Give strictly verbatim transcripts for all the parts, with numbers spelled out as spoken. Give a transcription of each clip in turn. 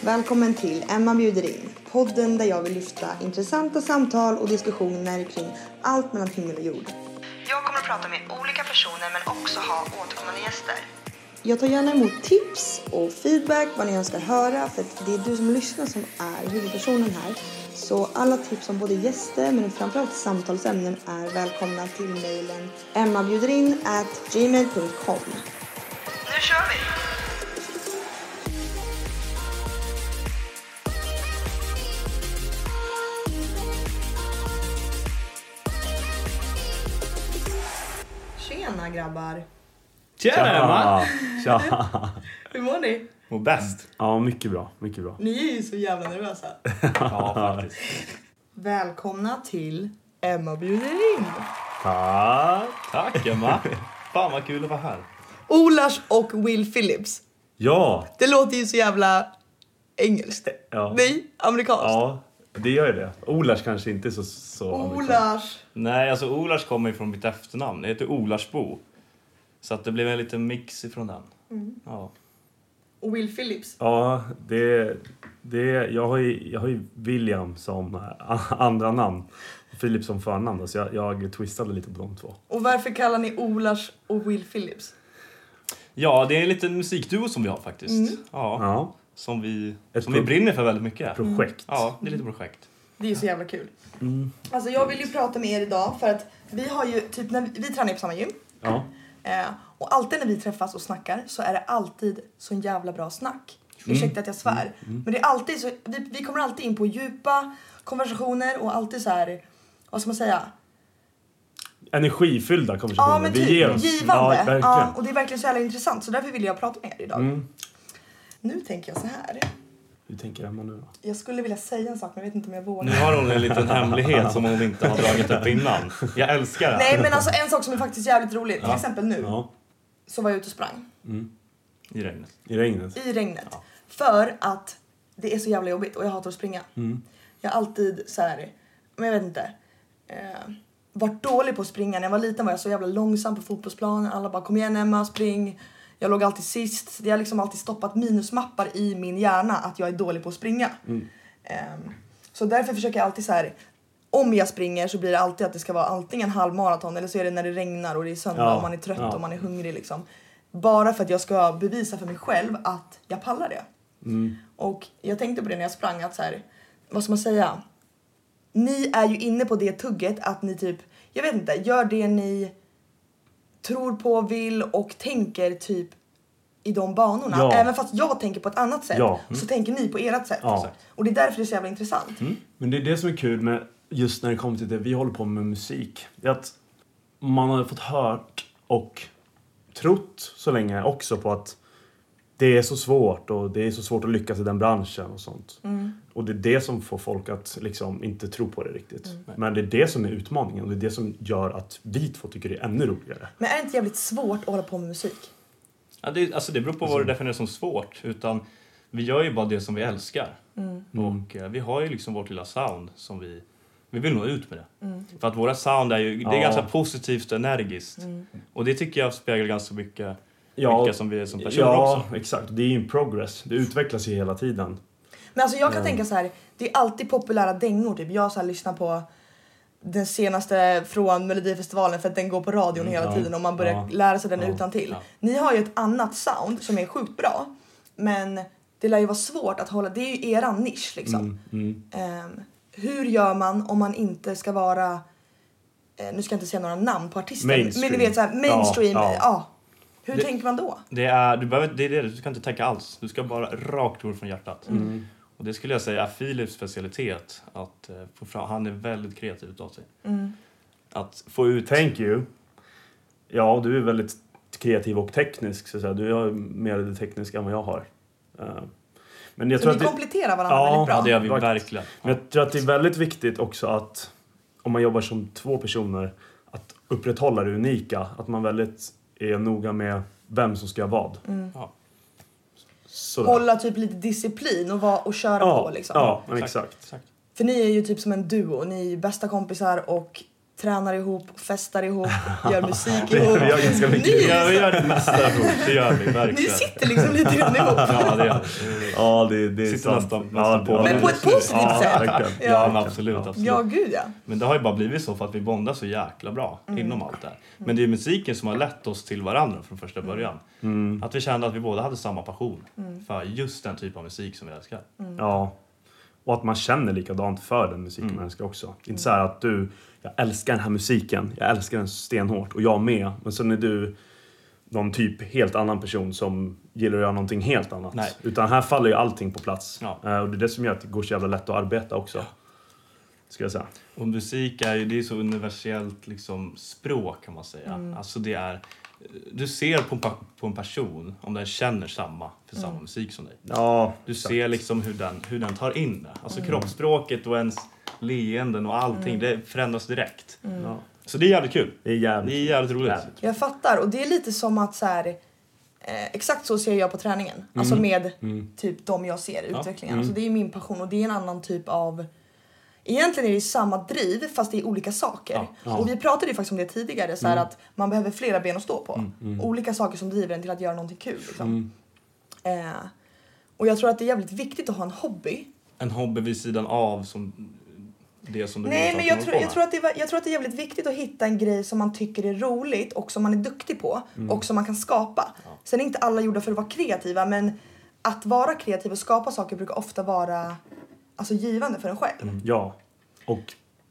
Välkommen till Emma bjuder in. Podden där jag vill lyfta intressanta samtal och diskussioner kring allt mellan himmel och jord. Jag kommer att prata med olika personer men också ha återkommande gäster. Jag tar gärna emot tips och feedback vad ni önskar höra, för att det är du som lyssnar som är huvudpersonen här. Så alla tips om både gäster men framförallt samtalsämnen är välkomna till mejlen emmabjuderin at gmail dot com. Nu kör vi! Tjena grabbar! Tjena Emma! Tja! Hur mår ni? Mår bäst. Ja, mycket bra, mycket bra. Ni är ju så jävla nervösa. Ja, faktiskt. Välkomna till Emma bjuder in. Tack! Tack Emma. Fan vad kul att vara här. Olars och Will Phillips. Ja! Det låter ju så jävla engelskt. Ja. Nej, amerikanskt. Ja, det gör ju det. Olars kanske inte så... så Olars. Nej, alltså Olars kommer ju från mitt efternamn. Det heter Olarsbo. Så att det blev en liten mix ifrån den. Mm. Ja. Och Will Phillips. Ja, det... det jag, har ju, jag har ju William som äh, andra namn. Och Philip som förnamn. Så jag, jag twistade lite på de två. Och varför kallar ni Olars och Will Phillips? Ja, det är en liten musikduo som vi har faktiskt. Mm. Ja. Ja. Som vi, Ett som pro- vi brinner för väldigt mycket. Projekt. Ja, det är lite projekt. Det är ju så jävla kul. Mm. Alltså jag vill ju prata med er idag för att vi har ju typ när vi, vi tränar på samma gym. Ja. Eh, och alltid när vi träffas och snackar så är det alltid så en jävla bra snack. Ursäkta att jag svär. Mm. Mm. Men det är alltid så, vi, vi kommer alltid in på djupa konversationer och alltid så här, vad ska man säga? Energifyllda konversationer. Ja men Vi typ, ger oss. givande. Ja, verkligen. Ja, och det är verkligen så jävla intressant. Så därför vill jag prata med er idag. Mm. Nu tänker jag så här. Hur tänker Emma nu då? Jag skulle vilja säga en sak men jag vet inte om jag vågar. Nu har hon en liten hemlighet som hon inte har dragit upp innan. Jag älskar det. Nej men alltså en sak som är faktiskt jävligt rolig. Till Ja. exempel nu. Ja. Så var jag ute och sprang. Mm. I regnet. I regnet. I regnet. Ja. För att det är så jävla jobbigt och jag hatar att springa. Mm. Jag har alltid så här, men jag vet inte. Eh, varit dålig på att springa. När jag var liten var jag så jävla långsam på fotbollsplanen. Alla bara kom igen Emma, spring. Jag låg alltid sist. Det har liksom alltid stoppat minusmappar i min hjärna att jag är dålig på att springa. Mm. Eh, så därför försöker jag alltid så här. Om jag springer så blir det alltid att det ska vara antingen halvmaraton eller så är det när det regnar och det är söndag Ja, och man är trött ja. och man är hungrig liksom. Bara för att jag ska bevisa för mig själv att jag pallar det. Mm. Och jag tänkte på det när jag sprang att så här, vad ska man säga? Ni är ju inne på det tugget att ni typ, jag vet inte, gör det ni tror på, vill och tänker typ i de banorna. Ja. Även fast jag tänker på ett annat sätt Ja. så tänker ni på ert sätt. Ja. Och det är därför det är så jävla intressant. Mm. Men det är det som är kul med just när det kommer till det vi håller på med musik. Det är att man har fått hört och trott så länge också på att det är så svårt och det är så svårt att lyckas i den branschen och sånt. Mm. Och det är det som får folk att liksom inte tro på det riktigt. Mm. Men det är det som är utmaningen och det är det som gör att vi två tycker det är ännu roligare. Men är det inte jävligt svårt att hålla på med musik? Ja, det, alltså det beror på vad du definierar som svårt. Utan vi gör ju bara det som vi älskar. Mm. Och eh, vi har ju liksom vårt lilla sound som vi, vi vill nå ut med det. Mm. För att våra sound är ju, det är Ja. ganska positivt och energiskt. Mm. Och det tycker jag speglar ganska mycket Ja, vilka som vi är som personer ja också. exakt. Det är ju en progress. Det utvecklas ju hela tiden. Men alltså jag kan Ja. tänka så här, det är alltid populära dängor typ. Jag så här lyssnar på den senaste från Melodifestivalen för att den går på radion Mm, hela ja. tiden och man börjar Ja. lära sig den Ja. utan till. Ja. Ni har ju ett annat sound som är sjukt bra, men det lär ju vara svårt att hålla, det är ju eran nisch liksom. Mm, mm. Ehm, hur gör man om man inte ska vara, eh, nu ska jag inte säga några namn på artister, Mainstream. men ni vet så här, mainstream, ja. Ja, ja. Hur Det- tänker man då? Det är, du, behöver, det är det, du ska inte tänka alls. Du ska bara rakt ord från hjärtat. Mm. Och det skulle jag säga är Philips specialitet. Att eh, få fram, han är väldigt kreativ utav sig. Mm. Att få ut... Thank you. Ja, du är väldigt kreativ och teknisk. Så att säga. Du har mer det tekniska än vad jag har. Uh, men jag Så tror ni att det, kompletterar varandra Ja, väldigt bra. Ja, det gör vi Vakt. verkligen. men jag tror att det är väldigt viktigt också att om man jobbar som två personer att upprätthålla det unika. Att man väldigt är noga med vem som ska göra vad. Mm. Ja. Sådär. Hålla typ lite disciplin och, vara, och köra ja, på liksom. Ja, men exakt. exakt. För ni är ju typ som en duo. Ni är ju bästa kompisar och tränar ihop, festar ihop, gör musik Det- ihop. vi gör ganska mycket. Ni, Ja, vi gör det mesta ihop. Det gör vi ni verkligen. sitter liksom lite grann ihop. Ja, det gör vi. Ja, det, det är Sitter sant. nästan- Ja, nästan på. Men på ett positivt ja, sätt. verkligen. Ja, Ja. men absolut, absolut. Ja, gud ja. Men det har ju bara blivit så för att vi bondar så jäkla bra inom allt det här. Men det är musiken som har lett oss till varandra från första början. Mm. Att vi kände att vi båda hade samma passion för just den typ av musik som vi älskar. Ja. Och att man känner likadant för den musiken man älskar också. Inte så här att du, jag älskar den här musiken, jag älskar den stenhårt och jag med. Men så är du någon typ helt annan person som gillar att göra någonting helt annat. Nej. Utan här faller ju allting på plats. Ja. Eh, Och det är det som gör att det går så jävla lätt att arbeta också. Ska jag säga. Och musik är ju, det är så universellt liksom språk kan man säga. Alltså det är, du ser på en, pa- på en person om den känner samma för samma musik som dig. Ja, Du ser liksom hur den, hur den tar in det. Alltså kroppsspråket och ens leenden och allting, det förändras direkt. ja. Så det är jävligt kul. Det är jävligt. Det är jävligt roligt. Jävligt. Jag fattar. Och det är lite som att så här, eh, exakt så ser jag på träningen. Alltså med typ de jag ser, utvecklingen. Alltså det är min passion och det är en annan typ av... Egentligen är det samma driv fast det är olika saker. Ja, ja. Och vi pratade ju faktiskt om det tidigare. Så här att man behöver flera ben att stå på. Olika saker som driver en till att göra någonting kul. Liksom. Eh, och jag tror att det är jävligt viktigt att ha en hobby. En hobby vid sidan av som det som du Nej, vet men att jag du tror, håller jag, på tror att det, är- jag tror att det är jävligt viktigt att hitta en grej som man tycker är roligt och som man är duktig på och som man kan skapa. Sen är inte alla gjorda för att vara kreativa, men att vara kreativ och skapa saker brukar ofta vara alltså, givande för en själv. Ja. Och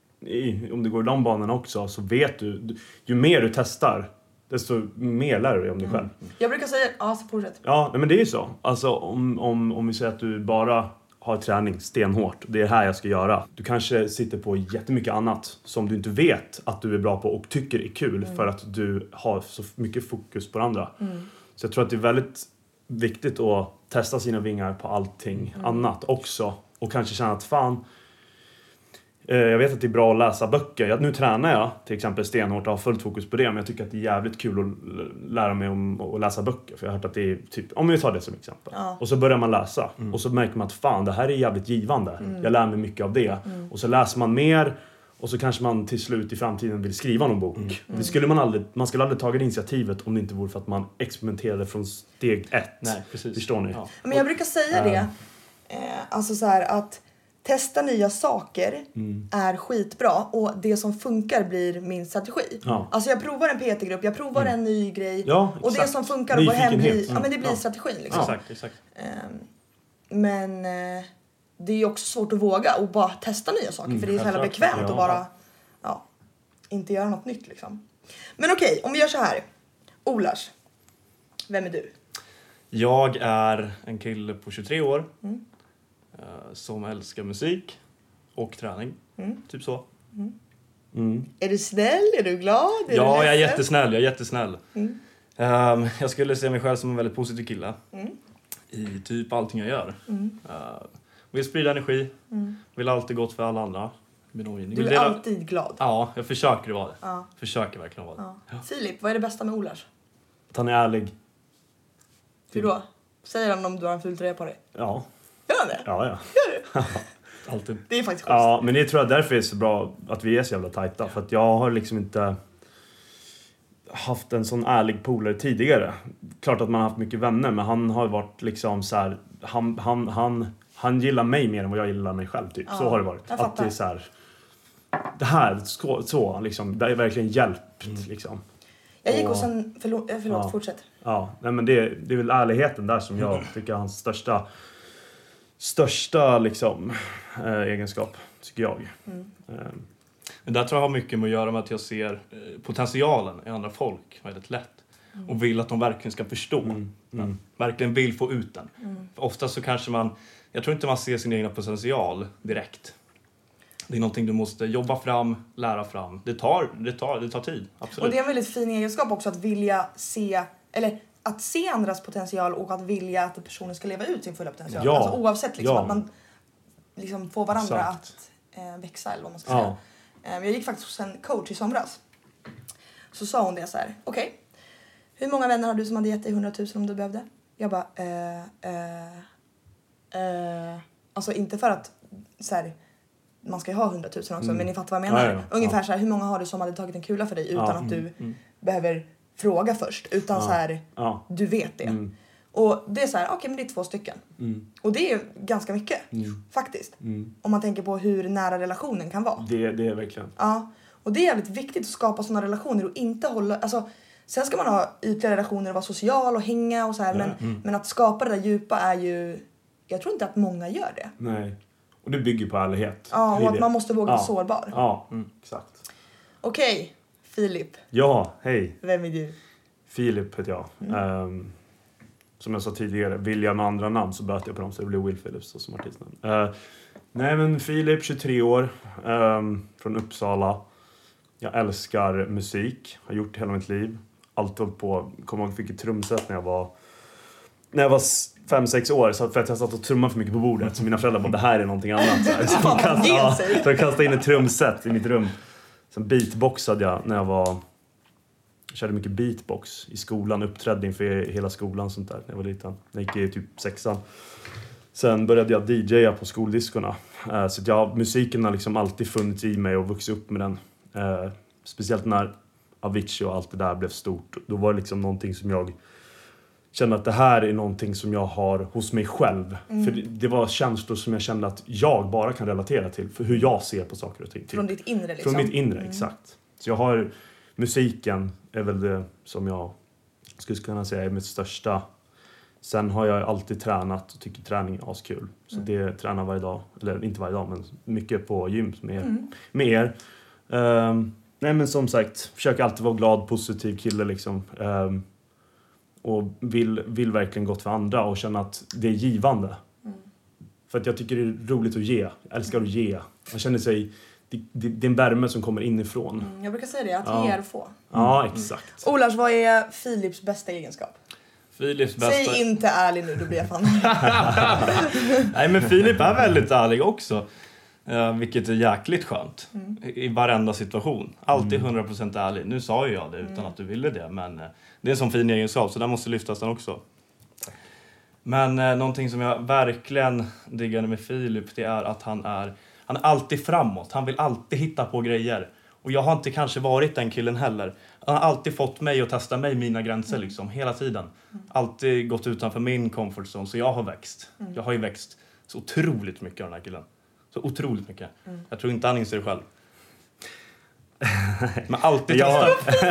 i, om det går i de banorna också så vet du, du, ju mer du testar desto mer lär du dig om dig själv. Jag brukar säga, ja så fortsätt. Ja, nej, men det är ju så. Alltså om, om, om vi säger att du bara har träning stenhårt. Det är det här jag ska göra. Du kanske sitter på jättemycket annat som du inte vet att du är bra på och tycker är kul för att du har så mycket fokus på det andra. Så jag tror att det är väldigt viktigt att testa sina vingar på allting annat också. Och kanske känna att fan, eh, jag vet att det är bra att läsa böcker. Jag, nu tränar jag till exempel stenhårt och har fullt fokus på det. Men jag tycker att det är jävligt kul att l- lära mig om att läsa böcker. För jag har hört att det är typ, om vi tar det som exempel. Ja. Och så börjar man läsa. Och så märker man att fan, det här är jävligt givande. Jag lär mig mycket av det. Och så läser man mer. Och så kanske man till slut i framtiden vill skriva någon bok. Det skulle man aldrig, man skulle aldrig tagit initiativet om det inte vore för att man experimenterade från steg ett. Nej, precis. Förstår ni? Ja. Men jag brukar säga det, eh, alltså så här att testa nya saker är skitbra och det som funkar blir min strategi. Ja. Alltså jag provar en P T-grupp, jag provar en ny grej Ja, och det exakt. som funkar och går hem blir, Nyfikenhet. ja, men det blir Ja. strategin liksom. Exakt, exakt. Ehm, men eh, det är ju också svårt att våga och bara testa nya saker för det är så jävla självklart. bekvämt Ja. att bara ja, inte göra något nytt liksom. Men okej, om vi gör så här. Olars, vem är du? Jag är en kille på tjugotre år eh, som älskar musik och träning. Typ så. Mm. Är du snäll? Är du glad? Är du Ja, jag är ledsen? jättesnäll. Jag är jättesnäll. Mm. Ehm, jag skulle se mig själv som en väldigt positiv kille. Mm. I typ allting jag gör. Mm. Eh, vill sprida energi. Mm. Vill alltid gott för alla andra. Min omgivning. Du Vill är dela- alltid glad. Ja, jag försöker vara det. Ja. Försöker verkligen vara det. Ja. Filip, vad är det bästa med Olars? Att han är ärlig. Hur då? Säger han om du har en ful tröja på dig? Ja, Gör han det? ja, ja. Alltid. Det är faktiskt schysst. Ja, men det tror jag därför är så bra att vi är så jävla tajta. För att jag har liksom inte haft en sån ärlig polare tidigare. Klart att man har haft mycket vänner, men han har varit liksom så här, han, han, han, han gillar mig mer än vad jag gillar mig själv typ. Ja, så har det varit. jag Att fattar. det är så här, det här, så, så liksom, det är verkligen hjälpt liksom. Jag gick Och- hos en... Förlåt, eh, förlåt Ja. fortsätt. Ja, nej men det, det är väl ärligheten där som jag tycker är hans största största liksom eh, egenskap, tycker jag. Mm. Eh, Men där tror jag har mycket med att göra med att jag ser eh, potentialen i andra folk väldigt lätt. Och vill att de verkligen ska förstå. Mm, mm. Verkligen vill få ut den. Mm. För ofta så kanske man, jag tror inte man ser sin egna potential direkt. Det är någonting du måste jobba fram, lära fram. Det tar, det tar, det tar tid, absolut. Och det är en väldigt fin egenskap också att vilja se... Eller att se andras potential och att vilja att personen ska leva ut sin fulla potential. Ja. Alltså oavsett liksom Ja. att man liksom får varandra Exakt. att eh, växa eller vad man ska Ja. säga. Eh, jag gick faktiskt hos en coach i somras. Så sa hon det så här. Okej, hur många vänner har du som hade gett dig hundratusen om du behövde? Jag bara, eh, eh, eh. Alltså inte för att så här, man ska ju ha hundratusen också, mm. men ni fattar vad jag menar. Ja, ja, ja. Ungefär ja. så här, hur många har du som hade tagit en kula för dig utan ja. att du mm. Mm. behöver fråga först, utan ja. så här, ja. du vet det. Mm. Och det är så här, okej okay, men det är två stycken. Mm. Och det är ganska mycket, mm. faktiskt. Mm. Om man tänker på hur nära relationen kan vara. Det, det är verkligen. Ja, och det är jävligt viktigt att skapa sådana relationer och inte hålla, alltså sen ska man ha ytliga relationer och vara social och hänga och så här, ja. men, mm. men att skapa det där djupa är ju, jag tror inte att många gör det. Nej, och det bygger på ärlighet. Ja, och att det. man måste våga ja. vara sårbar. Ja, mm, exakt. Okej, okay. Filip. Ja, hej. Vem är du? Filip heter jag. Mm. Um, som jag sa tidigare, vill jag med andra namn så böter jag på dem så det blir Will Phillips som artistnamn. Uh, nej men Filip, tjugotre år, um, från Uppsala. Jag älskar musik, har gjort det hela mitt liv. Alltid hållit på, kommer ihåg att jag fick ett trumset när jag var när jag var fem sex år, så för att jag satt och trummade för mycket på bordet så mina föräldrar bara, det här är någonting annat. Så, här. så, de kastade, ja, så de kastade in ett trumset i mitt rum. Sen beatboxade jag när jag var jag körde mycket beatbox i skolan, uppträdde inför hela skolan sånt där när jag var liten. Jag gick i typ sexan. Sen började jag D J:a på skoldiskorna. Uh, så att jag, musiken har liksom alltid funnits i mig och vuxit upp med den. Uh, speciellt när Avicii och allt det där blev stort. Då var det liksom någonting som jag kände att det här är någonting som jag har hos mig själv. Mm. För det, det var känslor som jag kände att jag bara kan relatera till. För hur jag ser på saker och ting. Från ditt inre liksom? Från mitt inre, mm. exakt. Så jag har, musiken är väl det som jag skulle kunna säga är mitt största. Sen har jag alltid tränat och tycker träning är askul. Så mm. det tränar varje dag. Eller inte varje dag, men mycket på gym med, mm. med er. Um, nej men som sagt, försöker alltid vara glad, positiv kille liksom. Um, och vill, vill verkligen gott för andra och känna att det är givande. Mm. För att jag tycker det är roligt att ge. Jag älskar att ge. Man känner sig, det, det, det är en värme som kommer inifrån. Mm, jag brukar säga det, att ja. ge är få. Mm. Ja, exakt. Mm. Olars, vad är Filips bästa egenskap? Philips bästa... Säg inte ärlig nu, då blir jag fan. Nej, men Filip är väldigt ärlig också. Uh, vilket är jäkligt skönt. Mm. I, I varenda situation. Alltid hundra procent ärlig. Nu sa ju jag det utan mm. att du ville det. Men uh, det är en sån fin egenskap. Så där måste lyftas den också. Men uh, någonting som jag verkligen diggade med Filip. Det är att han är, han är alltid framåt. Han vill alltid hitta på grejer. Och jag har inte kanske varit den killen heller. Han har alltid fått mig att testa mig, mina gränser mm. liksom. Hela tiden. Mm. Alltid gått utanför min comfort zone. Så jag har växt. Mm. Jag har ju växt så otroligt mycket av den här killen. Så otroligt mycket. Mm. Jag tror inte han inser det själv. Men alltid jag...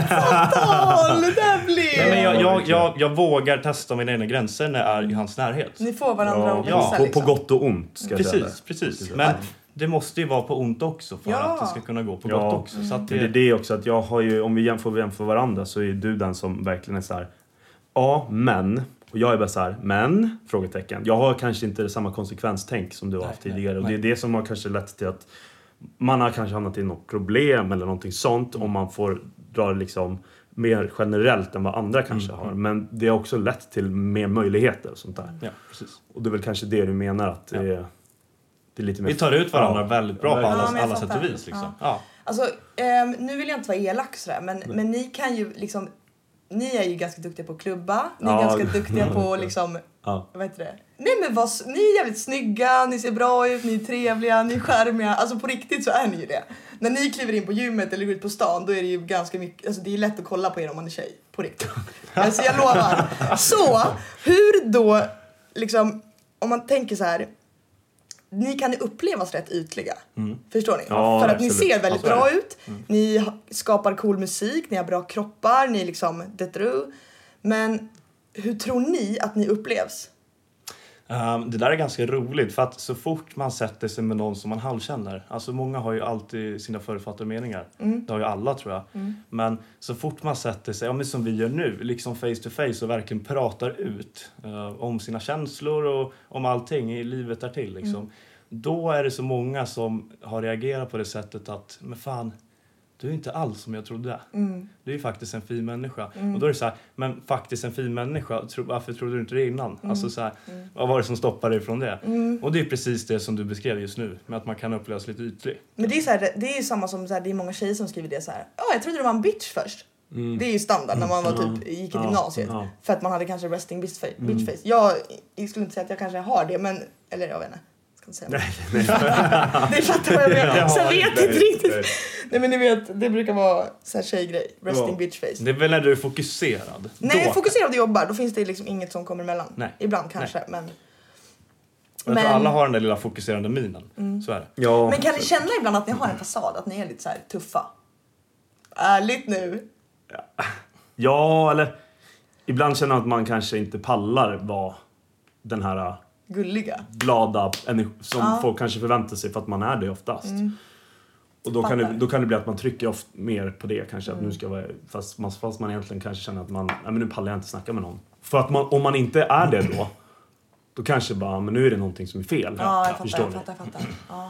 testa. Nej, men jag, jag, jag, jag vågar testa mina egna gränser när jag är i hans närhet. Ni får varandra ja, att ja, visa, på, liksom. på gott och ont ska precis, jag säga. Precis, men det måste ju vara på ont också för ja. att det ska kunna gå på ja. gott också. Så att det... Men det är det också att jag har ju, om vi jämför, jämför varandra så är du den som verkligen är så här. Ja, men... Och jag är bara så här, men, frågetecken. Jag har kanske inte samma konsekvenstänk som du har haft tidigare. Nej, och det är det som har kanske lett till att man har kanske hamnat i något problem eller någonting sånt. Om man får dra det liksom mer generellt än vad andra kanske mm. har. Men det har också lett till mer möjligheter och sånt där. Ja, precis. Och det är väl kanske det du menar att det, ja. är, det är lite mer... Vi tar ut varandra ja. väldigt bra på alla, ja, alla sätt och vis. Liksom. Ja. Ja. Alltså, um, nu vill jag inte vara elak sådär, men, men ni kan ju liksom... Ni är ju ganska duktiga på att klubba. Ni är ja. ganska duktiga på liksom... Ja. Vad heter det? Nej men vad, ni är jävligt snygga, ni ser bra ut, ni är trevliga, ni är charmiga. Alltså på riktigt så är ni ju det. När ni kliver in på gymmet eller går ut på stan, då är det ju ganska mycket... Alltså det är lätt att kolla på er om man är tjej. På riktigt. Alltså jag lovar. Så, hur då... Liksom, om man tänker så här... Ni kan ju upplevas rätt ytliga. Mm. Förstår ni? Ja, för att absolut. ni ser väldigt absolut. bra ut. Mm. Ni skapar cool musik. Ni har bra kroppar. Ni liksom det through. Men hur tror ni att ni upplevs? Um, det där är ganska roligt. För att så fort man sätter sig med någon som man halvkänner. Alltså många har ju alltid sina förutfattade meningar. Mm. Det har ju alla tror jag. Mm. Men så fort man sätter sig, ja, men som vi gör nu. Liksom face to face och verkligen pratar ut. Uh, om sina känslor och om allting i livet därtill liksom. Mm. Då är det så många som har reagerat på det sättet att, men fan, du är inte alls som jag trodde. Mm. Du är ju faktiskt en fin människa. Mm. Och då är det så här, men faktiskt en fin människa, tro, varför trodde du inte det innan? Mm. Alltså så här, mm. vad var det som stoppade dig från det? Mm. Och det är precis det som du beskrev just nu, med att man kan upplevas lite ytlig. Men det är så här, det är ju samma som så här, det är många tjejer som skriver det så här. Ja, jag trodde du var en bitch först. Mm. Det är ju standard när man var typ gick i ja, gymnasiet. Ja. För att man hade kanske resting bitch face. Mm. Jag, jag skulle inte säga att jag kanske har det, men eller jag vet inte. Ska inte säga nej, nej. Det fattar vad jag menar. Så jag vet inte riktigt. Nej. nej men ni vet, det brukar vara så här tjejgrej. Resting ja. bitch face. Det är väl när du är fokuserad. Nej, jag är fokuserad och jobbar. Då finns det liksom inget som kommer emellan. Nej. Ibland kanske, nej. men... Jag men... tror alla har den där lilla fokuserande minen. Mm. Så är det. Ja. Men kan ni känna ibland att ni har en fasad? Att ni är lite så här tuffa? Ärligt nu. Ja, ja eller... Ibland känner jag att man kanske inte pallar vara den här... Gulliga. Glada som ja. folk kanske förväntar sig för att man är det oftast. Mm. Och då kan, det, då kan det bli att man trycker ofta mer på det kanske. Mm. Att nu ska vara, fast, man, fast man egentligen kanske känner att man... Nej, men nu pallar jag inte snacka med någon. För att man, om man inte är det då... Då kanske bara, men nu är det någonting som är fel. Ja, jag fattar, jag fattar, jag fattar. Ja.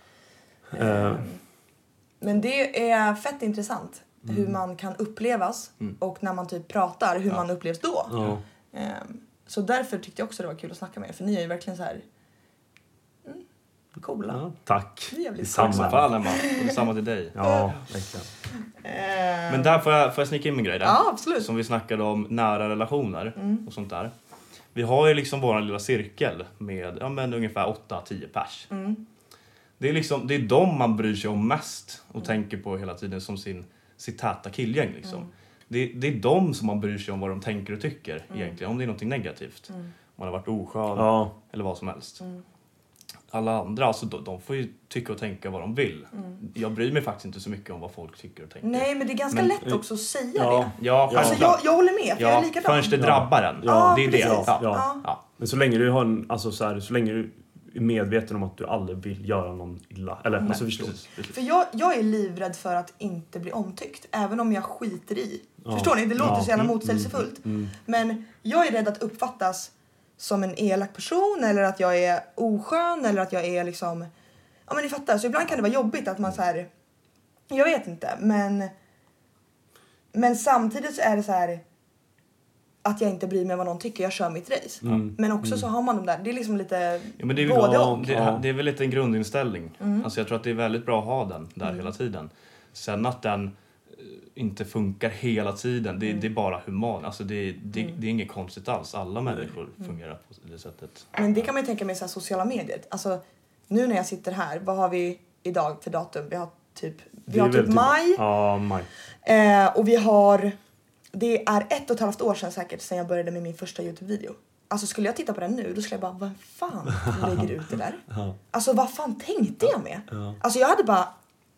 Uh. Men det är fett intressant. Mm. Hur man kan upplevas. Mm. Och när man typ pratar, hur ja. man upplevs då. Ja. Um, så därför tyckte jag också det var kul att snacka med er. För ni är ju verkligen så här... Mm, coola. Ja, tack. Det är samma fall, Emma. Samma till dig. Ja, verkligen. Uh. Men där får jag, får jag snicka in min grej där. Ja, absolut. Som vi snackade om nära relationer mm. och sånt där. Vi har ju liksom vår lilla cirkel med ja, men ungefär åtta till tio pers. Mm. Det är liksom det är de man bryr sig om mest och mm. tänker på hela tiden som sin sitt täta killgäng liksom. Mm. Det, det är de som man bryr sig om vad de tänker och tycker mm. egentligen om det är något negativt. Mm. Man har varit oskön ja. eller vad som helst. Mm. Alla andra alltså de, de får ju tycka och tänka vad de vill. Mm. Jag bryr mig faktiskt inte så mycket om vad folk tycker och tänker. Nej, men det är ganska men, lätt också att säga ja, det. Ja, alltså jag, jag håller med, för ja, jag är likadan. Först det drabbar en. Ja, det är precis. det. Ja, ja. Ja. Men så länge du har en, alltså så här, så länge du är medveten om att du aldrig vill göra någon illa eller mm. alltså förstår. Precis, precis. För jag jag är livrädd för att inte bli omtyckt, även om jag skiter i. Ja. Förstår ni? Det låter ja. så jävla motsägelsefullt. Mm. Mm. Men jag är rädd att uppfattas som en elak person eller att jag är oskön eller att jag är liksom ja men ni fattar, så ibland kan det vara jobbigt att man så här jag vet inte, men men samtidigt så är det så här att jag inte bryr mig vad någon tycker, jag kör mitt race. Mm. Men också mm. så har man de där, det är liksom lite ja, men det är, både ja, och. Det, det är väl lite en grundinställning. Mm. Alltså jag tror att det är väldigt bra att ha den där mm. hela tiden. Sen att den inte funkar hela tiden, det, mm. det är bara human. Alltså det, det, mm. det är inget konstigt alls. Alla människor mm. fungerar på det sättet. Men det kan man ju tänka med så här sociala medier. Alltså nu när jag sitter här, vad har vi idag för datum? Vi har typ, vi har typ maj. Ja, maj. Eh, och vi har, det är ett och ett halvt år sedan säkert sedan jag började med min första YouTube-video. Alltså skulle jag titta på den nu, då skulle jag bara, vad fan lägger ut det där? Ja. Alltså vad fan tänkte jag med? Ja. Alltså jag hade bara,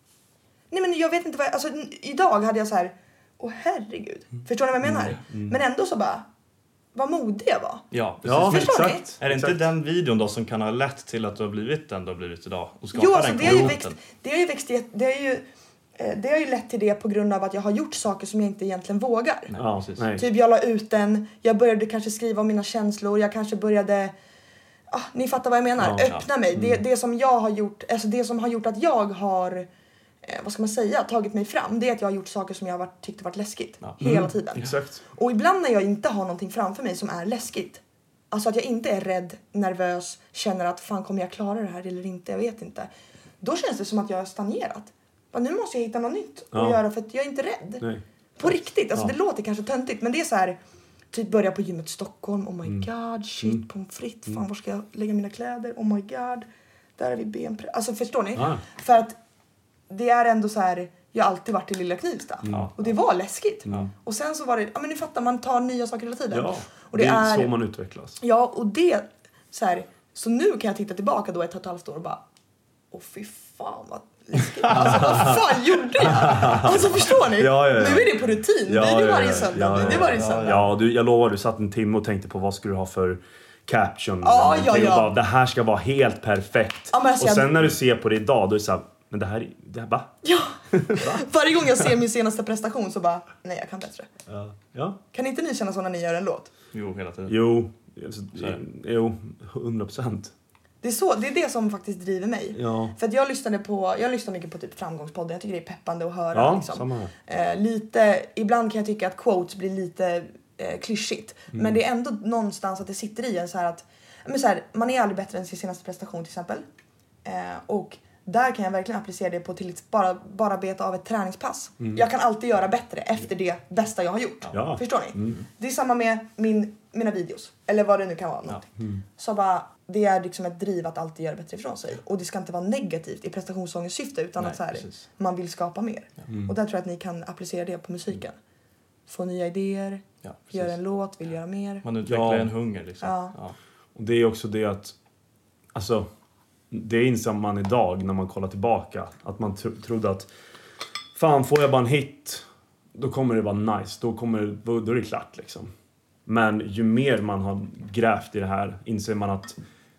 nej men jag vet inte vad, alltså idag hade jag så här, åh herregud. Mm. Förstår ni vad jag menar? Mm. Mm. Men ändå så bara, vad modig jag var. Ja, precis. Ja, förstår exakt. ni? Är det inte exakt. den videon då som kan ha lett till att du har blivit den du har blivit idag? Och jo, alltså den det har ju växt, det har ju växt, det har ju det har ju lett till det på grund av att jag har gjort saker som jag inte egentligen vågar. Nej, ja, nej. Typ jag la ut den, jag började kanske skriva om mina känslor, jag kanske började, ah, ni fattar vad jag menar, ja, öppna mig. Mm. Det, det som jag har gjort, alltså det som har gjort att jag har, eh, vad ska man säga, tagit mig fram, det är att jag har gjort saker som jag har varit, tyckt varit läskigt. Ja. Hela Mm, tiden. Exakt. Och ibland när jag inte har någonting framför mig som är läskigt, alltså att jag inte är rädd, nervös, känner att fan kommer jag klara det här eller inte, jag vet inte. Då känns det som att jag har stagnerat. Men nu måste jag hitta något nytt att ja. göra för att jag är inte rädd. Nej. På riktigt, alltså ja. det låter kanske töntigt, men det är så här typ börja på gymmet Stockholm, oh my mm. god, shit, mm. pommes frites, fan var ska jag lägga mina kläder, oh my god, där är vi benpress, alltså förstår ni? Ja. För att det är ändå så här, jag har alltid varit i Lilla Knivsta mm. och det var läskigt. Mm. Och sen så var det, ja men ni fattar, man tar nya saker hela tiden. Ja, och det, det är är så man utvecklas. Ja, och det så här, så nu kan jag titta tillbaka då ett och ett halvt år och bara, åh fy fan vad läskigt. Alltså vad fan gjorde jag? Alltså förstår ni? Ja, ja, ja. Nu är det på rutin. Ja, det är det varje ja, ja. söndag. Ja, ja, det är varje ja, söndag. ja, du, jag lovar, du satt en timme och tänkte på vad skulle du ha för caption. Ja, ja, ja. Bara, det här ska vara helt perfekt. Ja, men alltså, och sen jag... när du ser på det idag, då är det så här, men det här, det här, va? Ja. Varje gång jag ser min senaste prestation så bara, nej jag kan bättre. Ja. Ja. Kan inte ni känna så när ni gör en låt? Jo, hela tiden. Jo, alltså, jo, hundra procent. Det är, så, det är det som faktiskt driver mig. Ja. För att jag lyssnade på, jag lyssnar mycket på typ framgångspodden. Jag tycker det är peppande att höra. Ja, liksom. samma eh, lite, ibland kan jag tycka att quotes blir lite eh, klyschigt. Mm. Men det är ändå någonstans att det sitter i en så här att men så här, man är aldrig bättre än sin senaste prestation till exempel. Eh, och där kan jag verkligen applicera det på till att bara, bara beta av ett träningspass. Mm. Jag kan alltid göra bättre efter det bästa jag har gjort. Ja. Förstår ni? Mm. Det är samma med min, mina videos. Eller vad det nu kan vara. Ja. Mm. Så bara, det är liksom ett driv att alltid göra bättre ifrån sig. Och det ska inte vara negativt i prestationsångest syfte utan Nej, att så här, man vill skapa mer. Mm. Och där tror jag att ni kan applicera det på musiken. Få nya idéer, ja, göra en låt, vill göra mer. Man utvecklar ja. en hunger liksom. Ja. Ja. Och det är också det att, alltså, det inser man idag när man kollar tillbaka. Att man tro- trodde att, fan får jag bara en hit, då kommer det vara nice. Då, kommer, då, då är det klart liksom. Men ju mer man har grävt i det här inser man att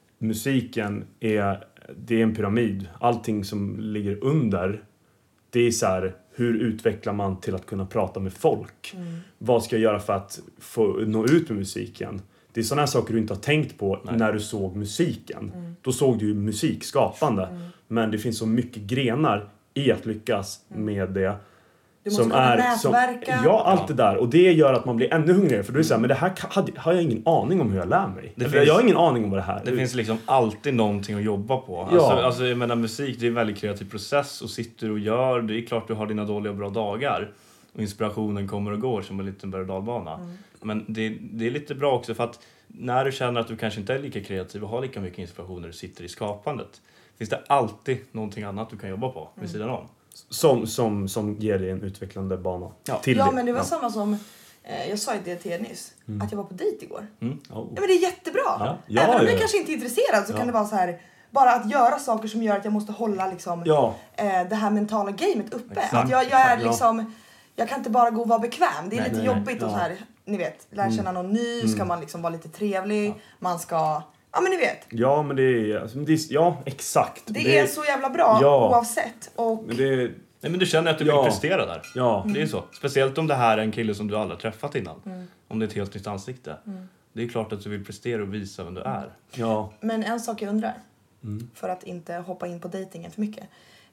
musiken är, det är en pyramid. Allting som ligger under, det är så här, hur utvecklar man till att kunna prata med folk? Mm. Vad ska jag göra för att få nå ut med musiken? Det är sådana här saker du inte har tänkt på Nej. när du såg musiken. Mm. Då såg du ju musikskapande. Mm. Men det finns så mycket grenar i att lyckas mm. med det. Du måste kunna nätverka. Som, ja, allt ja. det där. Och det gör att man blir ännu hungrigare. För du är så här, men det här hade, har jag ingen aning om hur jag lär mig. Det finns, jag har ingen aning om vad det här är. Det finns liksom alltid någonting att jobba på. Ja. Alltså, alltså, jag menar, musik, det är en väldigt kreativ process. Och sitter och gör, det är klart du har dina dåliga och bra dagar. Och inspirationen kommer och går som en liten berg- och dalbana. Mm. Men det, det är lite bra också för att när du känner att du kanske inte är lika kreativ och har lika mycket inspiration när du sitter i skapandet. Finns det alltid någonting annat du kan jobba på vid sidan om. Som, som, som ger dig en utvecklande bana. Ja, till ja men det var ja. samma som, eh, jag sa ju det till er nyss, mm. att jag var på dejt igår. Mm. Oh. Ja men det är jättebra. Ja. Ja, Även om jag ja. kanske inte är intresserad så ja. kan det vara så här, bara att göra saker som gör att jag måste hålla liksom, ja. eh, det här mentala gamet uppe. Exakt. Att jag, jag är liksom, ja. jag kan inte bara gå och vara bekväm. Det är nej, lite nej, jobbigt ja. och så här, ni vet, lära känna någon ny, mm. ska man liksom vara lite trevlig, ja. man ska... Ja men ni vet. Ja men det är, alltså, det är ja exakt. Det, det är så jävla bra ja. oavsett. Och... Men det är... Nej, men du känner att du ja. vill prestera där. Ja. Det är så. Speciellt om det här är en kille som du aldrig träffat innan. Mm. Om det är ett helt nytt ansikte. Mm. Det är klart att du vill prestera och visa vem du är. Ja. Men en sak jag undrar. Mm. För att inte hoppa in på dejtingen för mycket.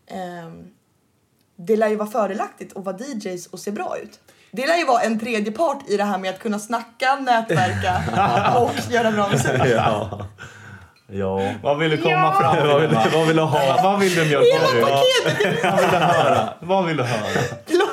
Um, det lär ju vara fördelaktigt att vara D Js och se bra ut. Det lär ju vara en tredje part i det här med att kunna snacka, nätverka och göra bra musik. Ja. Ja. Vad vill du komma ja. fram till? Vad vill, vad vill du ha? Vad vill du mjölka på? Ja. Vad vill du höra? Vad vill du höra?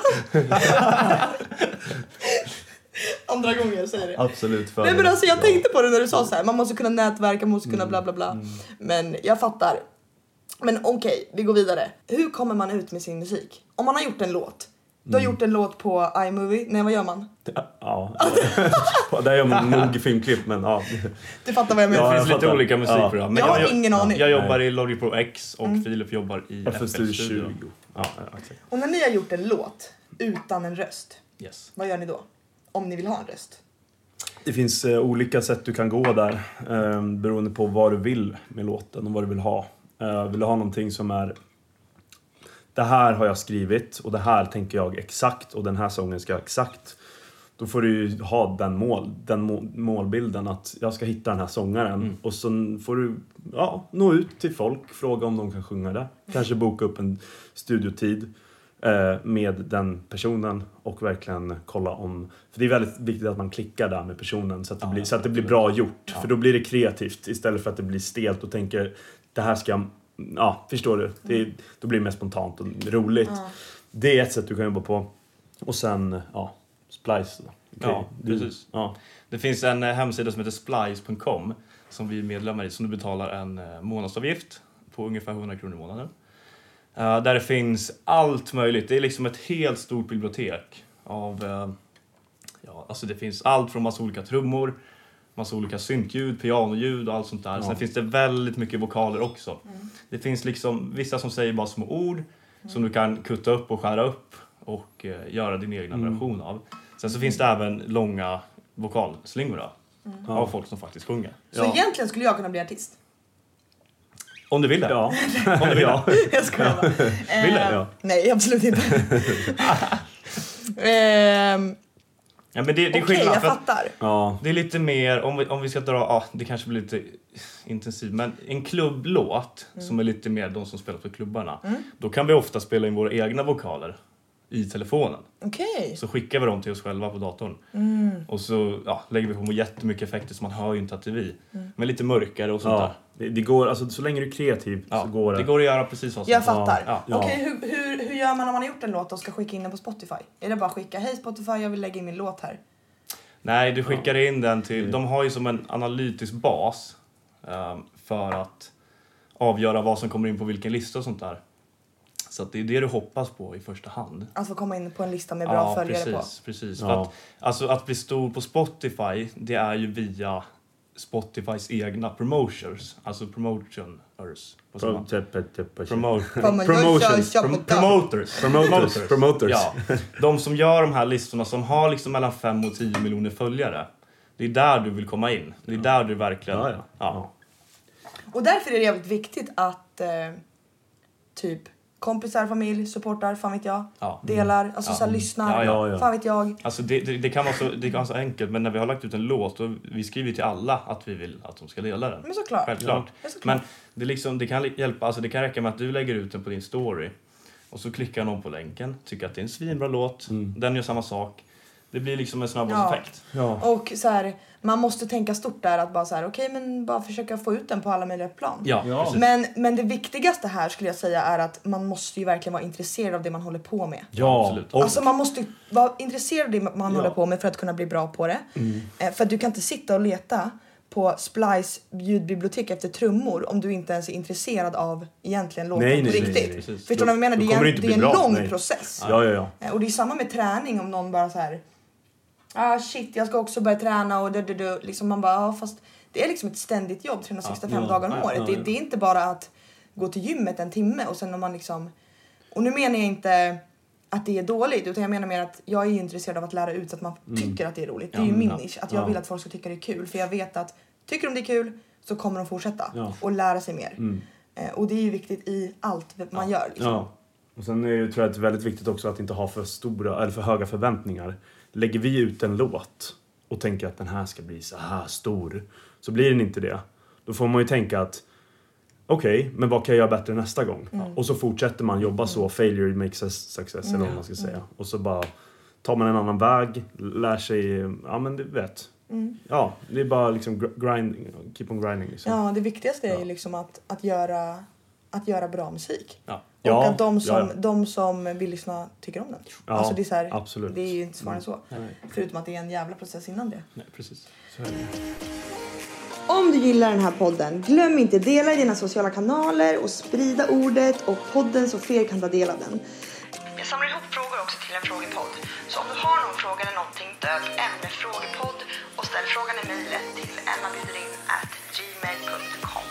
Andra gånger jag säger det. Absolut. Nej men alltså jag tänkte på det när du sa så här. Man måste kunna nätverka, man måste kunna bla bla bla. Mm. Men jag fattar. Men okej, okay, vi går vidare. Hur kommer man ut med sin musik? Om man har gjort en låt. Du har mm. gjort en låt på iMovie. Nej, vad gör man? Ja, där gör man nog filmklipp, men ja. Du fattar vad jag menar. Ja, det finns lite olika musikprogram. Ja. Jag har jag, ingen aning. Jag jobbar i Logic Pro X och mm. Filip jobbar i F L Studio. tjugo. Ja, exakt. Och när ni har gjort en låt utan en röst, yes. vad gör ni då? Om ni vill ha en röst? Det finns uh, olika sätt du kan gå där. Uh, beroende på vad du vill med låten och vad du vill ha. Uh, vill du ha någonting som är... Det här har jag skrivit och det här tänker jag exakt och den här sången ska exakt. Då får du ju ha den, mål, den mål, målbilden att jag ska hitta den här sångaren. Mm. Och så får du ja, nå ut till folk, fråga om de kan sjunga det. Kanske boka upp en studiotid eh, med den personen och verkligen kolla om... För det är väldigt viktigt att man klickar där med personen så att det, ja, blir, så att det blir bra gjort. Ja. För då blir det kreativt istället för att det blir stelt och tänker det här ska... Ja, förstår du. Det är, då blir det mer spontant och roligt. Mm. Det är ett sätt du kan jobba på. Och sen, ja, Splice. Okay. Ja, precis. Ja. Det finns en hemsida som heter splice punkt com som vi är medlemmar i. Som du betalar en månadsavgift på ungefär hundra kronor i månaden. Uh, där det finns allt möjligt. Det är liksom ett helt stort bibliotek av... Uh, ja, alltså det finns allt från massa olika trummor. Massa olika syntljud, pianoljud och allt sånt där. Ja. Sen finns det väldigt mycket vokaler också. Mm. Det finns liksom vissa som säger bara små ord mm. som du kan kutta upp och skära upp och uh, göra din egna mm. version av. Sen så mm. finns det även långa vokalslingor mm. av folk som faktiskt sjunger. Så ja. Egentligen skulle jag kunna bli artist? Om du vill det. Ja. Om du vill ja. Jag skojar bara. Vill det? Ja. Nej, absolut inte. ehm... Ja, men det, det är okej, skillnad, jag fattar. Ja. Det är lite mer, om vi, om vi ska dra, ja, det kanske blir lite intensivt, men en klubblåt mm. som är lite mer de som spelar på klubbarna, mm. då kan vi ofta spela in våra egna vokaler i telefonen. Okay. Så skickar vi dem till oss själva på datorn. Mm. Och så ja, lägger vi på jättemycket effekter så man hör ju inte att det är vi. Mm. Men lite mörkare och sånt ja. där. Det, det går, alltså, så länge du är kreativ ja, så går det. Det går att göra precis vad som jag fattar. Ja. Ja. Okej, okay, hur, hur, hur gör man om man har gjort en låt och ska skicka in den på Spotify? Är det bara att skicka, hej Spotify, jag vill lägga in min låt här? Nej, du skickar in den till... De har ju som en analytisk bas Um, för att avgöra vad som kommer in på vilken lista och sånt där. Så att det är det du hoppas på i första hand. Alltså komma in på en lista med bra ja, följare precis, på. Precis, ja. för att, alltså att bli stor på Spotify, det är ju via Spotifys egna promotions. Alltså promotioners. Pro- Promo- Promotions. Prom- promoters. Promoters. Promoters. Ja, de som gör de här listorna som har liksom mellan fem och tio miljoner följare. Det är där du vill komma in. Det är där du verkligen... Ja, ja. Ja. Och därför är det jävligt viktigt att eh, typ kompisar, familj, supportar, fan vet jag, Ja. delar, alltså Ja. så här, lyssnar, Ja, ja, ja. fan vet jag. Alltså det, det, det kan vara så, det kan vara så enkelt, men när vi har lagt ut en låt och vi skriver till alla att vi vill att de ska dela den. Men såklart. Självklart. Ja, såklart. Men det, liksom, det kan hjälpa, alltså det kan räcka med att du lägger ut den på din story och så klickar någon på länken, tycker att det är en svinbra låt, Mm. den gör samma sak. Det blir liksom en snabbbollseffekt. Ja. Och så här, man måste tänka stort där att bara så här, okej okay, men bara försöka få ut den på alla möjliga plan. Ja, Ja. precis. Men, men det viktigaste här skulle jag säga är att man måste ju verkligen vara intresserad av det man håller på med. Ja, Absolut. och, Alltså man måste vara intresserad av det man Ja. håller på med för att kunna bli bra på det. Mm. Eh, för att du kan inte sitta och leta på Splice ljudbibliotek efter trummor om du inte ens är intresserad av egentligen låten Nej, på nej, nej, riktigt. nej, precis. Förstår du vad jag menar? Då Det är kommer det en, inte det är bli en bra, lång nej. process. ja, ja, ja. Eh, Och det är samma med träning om någon bara så här, ah shit jag ska också börja träna och du, du, du. Liksom man bara, ah, fast det är liksom ett ständigt jobb trehundrasextiofem Ja, dagar om ja, året. ja, Det, ja. det är inte bara att gå till gymmet en timme och sen om man liksom, och nu menar jag inte att det är dåligt utan jag menar mer att jag är ju intresserad av att lära ut så att man tycker att det är roligt. Det är ju Ja, min ja. nisch, att jag Ja. vill att folk ska tycka det är kul för jag vet att tycker de det är kul så kommer de fortsätta Ja. och lära sig mer. Mm. Eh, och det är ju viktigt i allt man gör liksom. Ja. Och sen är det, tror jag att det är väldigt viktigt också att inte ha för stora eller för höga förväntningar. Lägger vi ut en låt och tänker att den här ska bli så här stor, så blir den inte det. Då får man ju tänka att okej, okay, men vad kan jag göra bättre nästa gång? Mm. Och så fortsätter man jobba så, failure makes a success eller vad man ska säga. Och så bara tar man en annan väg, lär sig, ja men du vet. Mm. Ja, det är bara liksom grind, keep on grinding liksom. Ja, det viktigaste är ju Ja. liksom att, att, göra, att göra bra musik. Ja. Och Ja, att de som, ja, ja. de som vill lyssna tycker om den. Ja, alltså det är, så här, absolut. det är ju inte svårare än så. Nej. Förutom att det är en jävla process innan det. Nej, precis. Så är det. Om du gillar den här podden, glöm inte dela i dina sociala kanaler och sprida ordet och podden så fler kan ta del av den. Jag samlar ihop frågor också till en frågepodd. Så om du har någon fråga eller någonting, dök ämnefrågepodd och ställ frågan i mejlet till emmabjuderin at gmail dot com.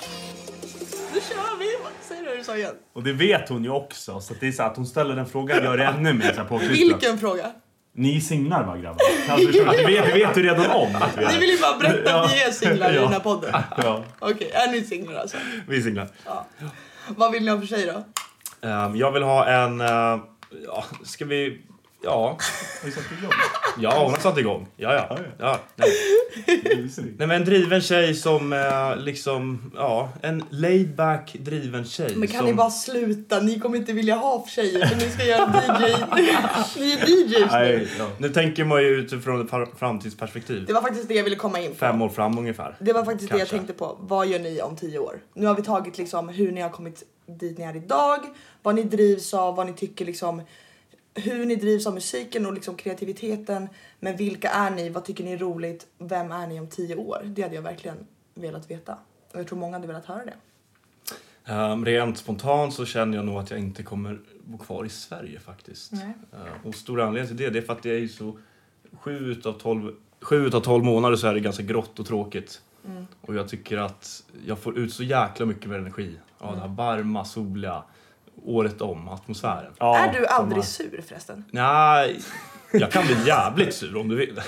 Nu kör vi! Säg det du sa igen. Och det vet hon ju också, så att det är så att hon ställer den frågan gör det ännu mer så här påklistrad. Vilken fråga? Ni är singlar va grabbar? Alltså, förstår du? det, vet, det vet du redan om att vi är. Ni vill ju bara berätta att ni är singlar i Ja. den här podden. Ja, Okej, är ni singlar alltså? vi är singlar. Ja. Vad vill ni ha för sig då? Um, jag vill ha en... Uh, ja, ska vi... Ja. Har vi satt igång? Ja, hon har satt igång. Ja, ja. Ja, ja nej. Nej, nej, men en driven tjej som uh, liksom... Ja, en laid-back driven tjej. Men kan som... ni bara sluta? Ni kommer inte vilja ha för tjejer för ni ska göra D J. Ni är D Js nu. Nej, ja. Nu tänker man ju utifrån ett par- framtidsperspektiv. Det var faktiskt det jag ville komma in på. Fem år fram ungefär. Det var faktiskt det Kanske. jag tänkte på. Vad gör ni om tio år? Nu har vi tagit liksom hur ni har kommit dit ni är idag. Vad ni drivs av, vad ni tycker liksom... Hur ni drivs av musiken och liksom kreativiteten. Men vilka är ni? Vad tycker ni är roligt? Vem är ni om tio år? Det hade jag verkligen velat veta. Och jag tror många hade velat höra det. Um, rent spontant så känner jag nog att jag inte kommer bo kvar i Sverige faktiskt. Nej. Uh, och stor anledning till det, det är för att det är ju så sju utav tolv, sju utav tolv månader så är det ganska grått och tråkigt. Mm. Och jag tycker att jag får ut så jäkla mycket med energi av det här varma, soliga, året om atmosfären. Ja, är du aldrig samma. sur förresten? Nej, jag kan bli jävligt sur om du vill.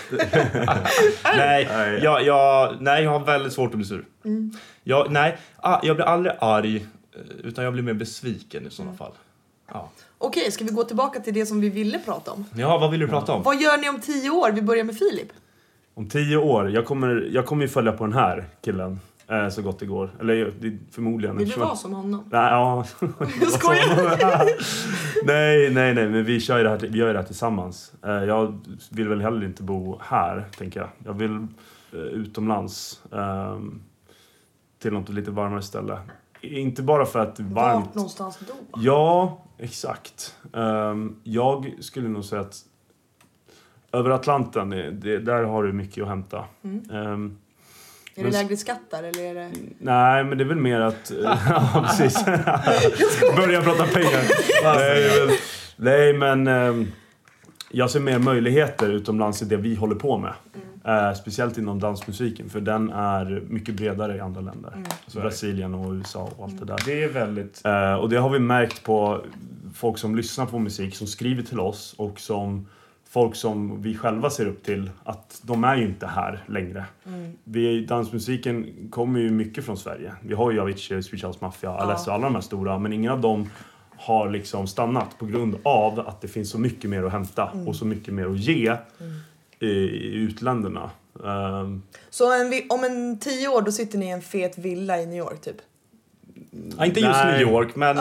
nej, Nej. jag, jag, nej, jag har väldigt svårt att bli sur. Mm. Jag, nej, ah, jag blir aldrig arg, utan jag blir mer besviken i sådana fall. Ja. Okej, ska vi gå tillbaka till det som vi ville prata om? ja, vad vill du prata om? Vad gör ni om tio år? Vi börjar med Filip. Om tio år, jag kommer, jag kommer ju följa på den här killen eh, så gott det går. Eller det, förmodligen. Vill du eftersom- vara som honom? Nej, ja. Jag skojar. nej, nej, nej, men vi kör ju det här, vi gör ju det här tillsammans. Eh, jag vill väl heller inte bo här, tänker jag. Jag vill eh, utomlands. Eh, till något lite varmare ställe. Inte bara för att det är varmt. Vart någonstans då? Ja, exakt. Um, jag skulle nog säga att över Atlanten, det, där har du mycket att hämta. Mm. Um, Är det lägre skattar eller är det... Nej, men det är väl mer att... ja, precis. Börja prata pengar. nej, nej, men... Eh, jag ser mer möjligheter utomlands i det vi håller på med. Mm. Eh, speciellt inom dansmusiken. För den är mycket bredare i andra länder. Mm. Alltså Brasilien och U S A och allt mm. det där. Det är väldigt... Eh, och det har vi märkt på folk som lyssnar på musik. Som skriver till oss. Och som folk som vi själva ser upp till. Att de är ju inte här längre. Mm. Vi, dansmusiken kommer ju mycket från Sverige. Vi har ju Avicii, Swedish House Mafia, ja. Alesso, alla de här stora. Men ingen av dem har liksom stannat på grund av att det finns så mycket mer att hämta. Mm. Och så mycket mer att ge mm. i, i utländerna. Um, så en, om en tio år då sitter ni i en fet villa i New York typ? Ja, inte just Nej. New York, men...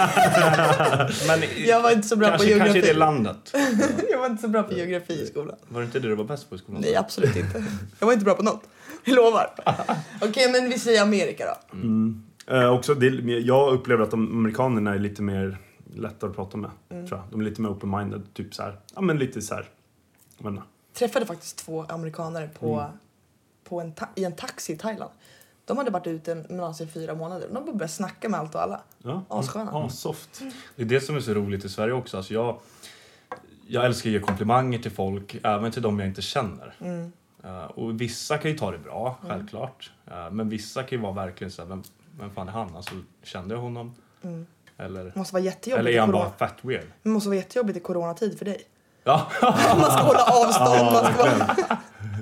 men jag var inte så bra kanske, på geografi. Kanske det landet. Jag var inte så bra på geografi i skolan. Var det inte det du var bäst på i skolan? Nej, absolut inte. Jag var inte bra på något. Jag lovar. Okej, okay, men vi säger Amerika då. Mm. Uh, också det, jag upplever att de amerikanerna är lite mer lättare att prata med. Mm. Tror jag. De är lite mer open-minded. Typ så här. Ja, men lite så här. Men, träffade faktiskt två amerikaner på, mm. på en ta- i en taxi i Thailand. De hade varit ute med i fyra månader. De började snacka med allt och alla. Ja, assköna. Ja, soft. Mm. Det är det som är så roligt i Sverige också. Alltså jag, jag älskar att ge komplimanger till folk. Även till dem jag inte känner. Mm. Uh, och vissa kan ju ta det bra, mm. självklart. Uh, men vissa kan ju vara verkligen så här, vem, vem fan är han? Alltså, kände jag honom? Mm. Eller, det måste vara jättejobbigt. Eller är han bara fat weird? Det måste vara jättejobbigt i coronatid för dig. Ja. Man ska hålla avstånd. Ja, man ska vara...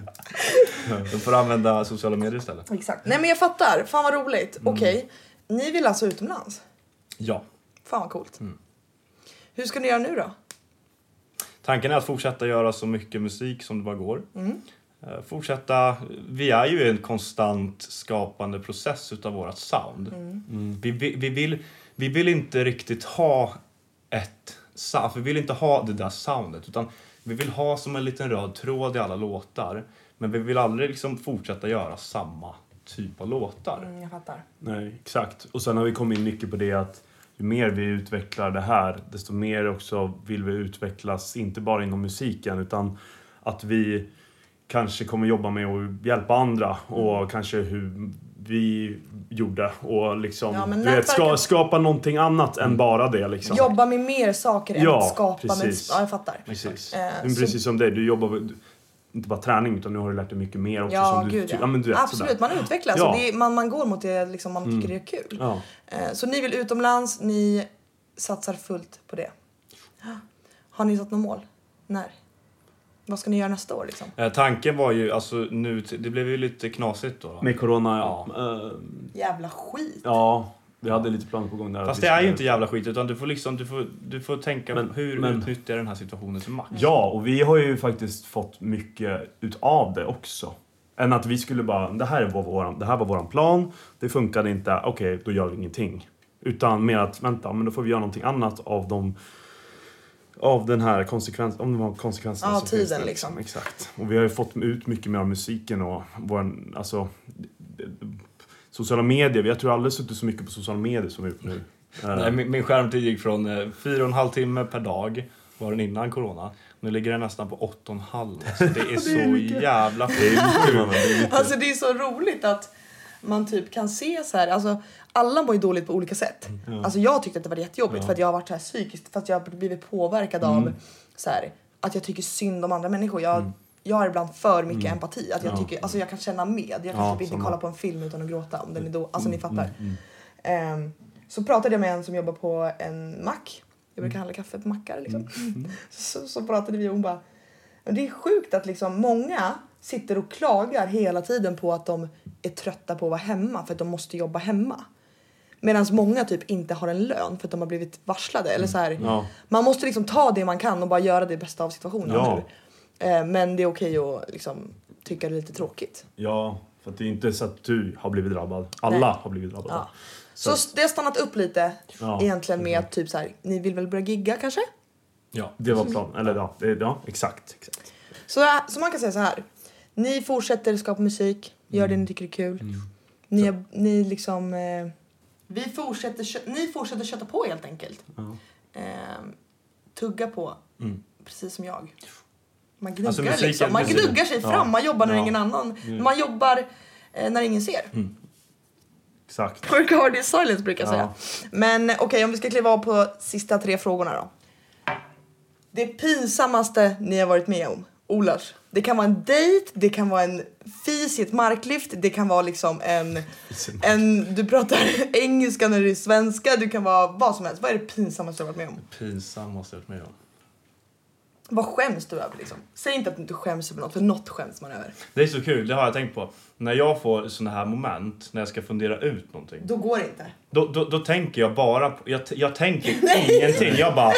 Du får använda sociala medier istället. Exakt. Nej, men jag fattar. Fan vad roligt. Mm. Okej. Okay. Ni vill alltså utomlands? Ja. Fan vad coolt. Mm. Hur ska ni göra nu då? Tanken är att fortsätta göra så mycket musik som det bara går. Mm. Fortsätta. Vi är ju i en konstant skapande process utav vårat sound. Mm. Mm. Vi, vi, vi, vill, vi vill inte riktigt ha ett sound. Vi vill inte ha det där soundet. Utan vi vill ha som en liten röd tråd i alla låtar. Men vi vill aldrig liksom fortsätta göra samma typ av låtar. Mm, jag fattar. Nej, exakt. Och sen har vi kommit in mycket på det att ju mer vi utvecklar det här, desto mer också vill vi utvecklas, inte bara inom musiken, utan att vi kanske kommer jobba med att hjälpa andra och mm. kanske hur vi gjorde och liksom ja, du vet, ska, skapa någonting annat mm. än bara det liksom. Jobba med mer saker än ja, att skapa. Precis. Men, ja, jag fattar. Precis. Eh, men precis så... som det, du jobbar inte bara träning utan nu har du lärt dig mycket mer också. Ja, som gud, du, ja. ja, men du vet, absolut, sådär. Man utvecklas ja. och det är, man, man går mot det liksom, man tycker mm. det är kul. Ja. Eh, så ni vill utomlands, ni satsar fullt på det. Har ni satt något mål? När? Vad ska ni göra nästa år liksom? Eh, tanken var ju, alltså nu, det blev ju lite knasigt då. då. Med corona, ja. Uh, jävla skit. Ja, vi hade lite planer på gång där. Fast det är ju inte jävla skit, utan du får liksom, du får, du får tänka men, hur men, utnyttjar den här situationen som max. Ja, och vi har ju faktiskt fått mycket utav det också. Än att vi skulle bara, det här, var våran, det här var våran plan, det funkade inte, okej, okay, då gör vi ingenting. Utan mer att, vänta, men då får vi göra någonting annat av de... av den här konsekvens, om de har konsekvenserna ja, så tiden finns det, liksom. Exakt. Och vi har ju fått ut mycket mer av musiken och vår, alltså sociala medier. Jag tror aldrig suttit så mycket på sociala medier som vi gjort nu. Nej, min, min skärmtid gick från eh, fyra och en halv timme per dag var den innan corona. Nu ligger den nästan på åtta och en halv. Alltså, det är så det är jävla det Alltså det är så roligt att man typ kan se så här, alltså alla mår ju dåligt på olika sätt. Mm. Alltså jag tyckte att det var jättejobbigt ja. för att jag har varit så här psykiskt, för att jag har blivit påverkad mm. av så här, att jag tycker synd om andra människor. Jag, mm. jag har ibland för mycket mm. empati. Att jag, ja. tycker, alltså jag kan känna med. Jag kan ja, typ inte samma. kolla på en film utan att gråta om den är då. Alltså mm. ni fattar. Mm. Mm. Um, så pratade jag med en som jobbar på en mack. Jag brukar handla kaffe på mackar liksom. Mm. så, så pratade vi och hon bara, det är sjukt att liksom många sitter och klagar hela tiden på att de är trötta på att vara hemma för att de måste jobba hemma. Medan många typ inte har en lön för att de har blivit varslade. Eller så här, ja. Man måste liksom ta det man kan och bara göra det bästa av situationen. Ja. Nu. Men det är okej att liksom tycka det är lite tråkigt. Ja, för att det är inte så att du har blivit drabbad. Alla Nej. har blivit drabbade. Ja. Så, så det har stannat upp lite ja. egentligen med att typ så här, ni vill väl börja gigga kanske? Ja, det var planen. Eller ja, det, ja exakt. exakt. Så, så man kan säga så här. Ni fortsätter skapa musik. Gör det ni tycker är kul. Mm. Ni, ni liksom... Eh, vi fortsätter, ni fortsätter köta på helt enkelt. Mm. Eh, tugga på. Mm. Precis som jag. Man gnuggar, alltså musiken, liksom. Man gnuggar sig fram. Ja. Man jobbar när ja. ingen annan. Mm. Man jobbar eh, när ingen ser. Mm. Exakt. Work hard in silence brukar jag Ja. säga. Men okej, okay, om vi ska kliva av på sista tre frågorna då. Det pinsammaste ni har varit med om, Olas. Det kan vara en dejt, det kan vara en fis i ett marklyft, det kan vara liksom en, en du pratar engelska när du är svenska, det kan vara vad som helst. Vad är det pinsammaste du har varit med om? Pinsammaste jag varit med om. Vad skäms du över liksom? Säg inte att du inte skäms över något, för något skäms man över. Det är så kul, det har jag tänkt på. När jag får såna här moment, när jag ska fundera ut någonting. Då går det inte. Då, då, då tänker jag bara på, jag, jag tänker ingenting. Jag bara...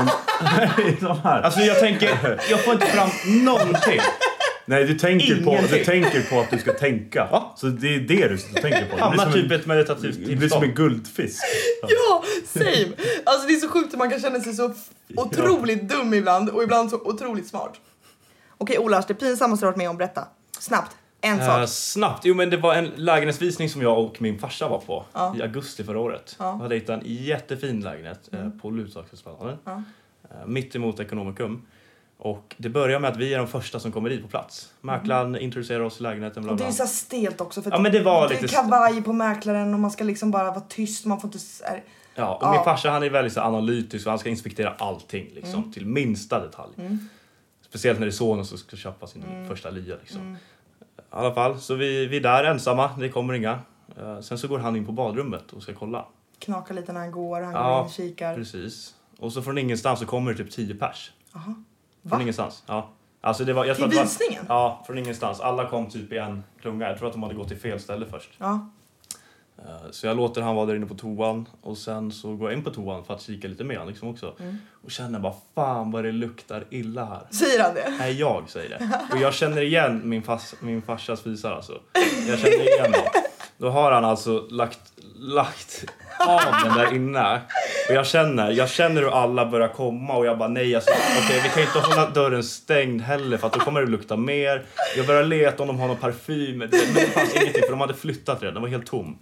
De här. Alltså jag tänker, jag får inte fram någonting. Nej, du tänker, på, Ingenting. du tänker på att du ska tänka. Ja. Så det är det du tänker på. Det Hamnar blir som typ en, ett meditativt det blir som en tillstånd. guldfisk. Ja, same. Alltså det är så sjukt att man kan känna sig så f- otroligt dum ibland och ibland så otroligt smart. Okej, Olas, det pinsammaste du har varit med om, berätta. Snabbt. En sak. Uh, snabbt. Jo, men det var en lägenhetsvisning som jag och min farsa var på Ja. i augusti förra året. Ja. Jag hade hittat en jättefin lägenhet mm. uh, på Lutsaksesplananden. Ja. Uh, mitt emot Ekonomikum. Och det börjar med att vi är de första som kommer dit på plats. Mäklaren mm. introducerar oss i lägenheten. Bla Och bla. det är så stelt också. För ja, men det var det är lite... kavaj på mäklaren och man ska liksom bara vara tyst. Man får inte... Ja, och ja. min farsa han är väldigt så analytisk och han ska inspektera allting liksom, mm. till minsta detalj. Mm. Speciellt när det är sonen som ska köpa sin mm. första lia liksom. Mm. I alla fall, så vi, vi är där ensamma, det kommer inga. Uh, sen så går han in på badrummet och ska kolla. Knakar lite när han går, han ja, går in, kikar. Precis. Och så från ingenstans så kommer det typ tio pers. Aha. Från Va? ingenstans, ja. Alltså det var, jag till tror att visningen? Det var, ja, från ingenstans. Alla kom typ i en klunga. Jag tror att de hade gått till fel ställe först. Ja. Uh, så jag låter han vara där inne på toan. Och sen så går jag in på toan för att kika lite mer liksom också. Mm. Och känner bara, fan vad det luktar illa här. Säger han det? Nej, jag säger det. Och jag känner igen min, fas, min farsas fisar alltså. Jag känner igen dem. Då har han alltså lagt, lagt av den där inne. Och jag känner, jag känner hur alla börjar komma. Och jag bara, nej alltså, okej okay, vi kan inte hålla dörren stängd heller. För att då kommer det lukta mer. Jag börjar leta om de har någon parfym. Men det fanns ingenting för de hade flyttat redan. Den var helt tom.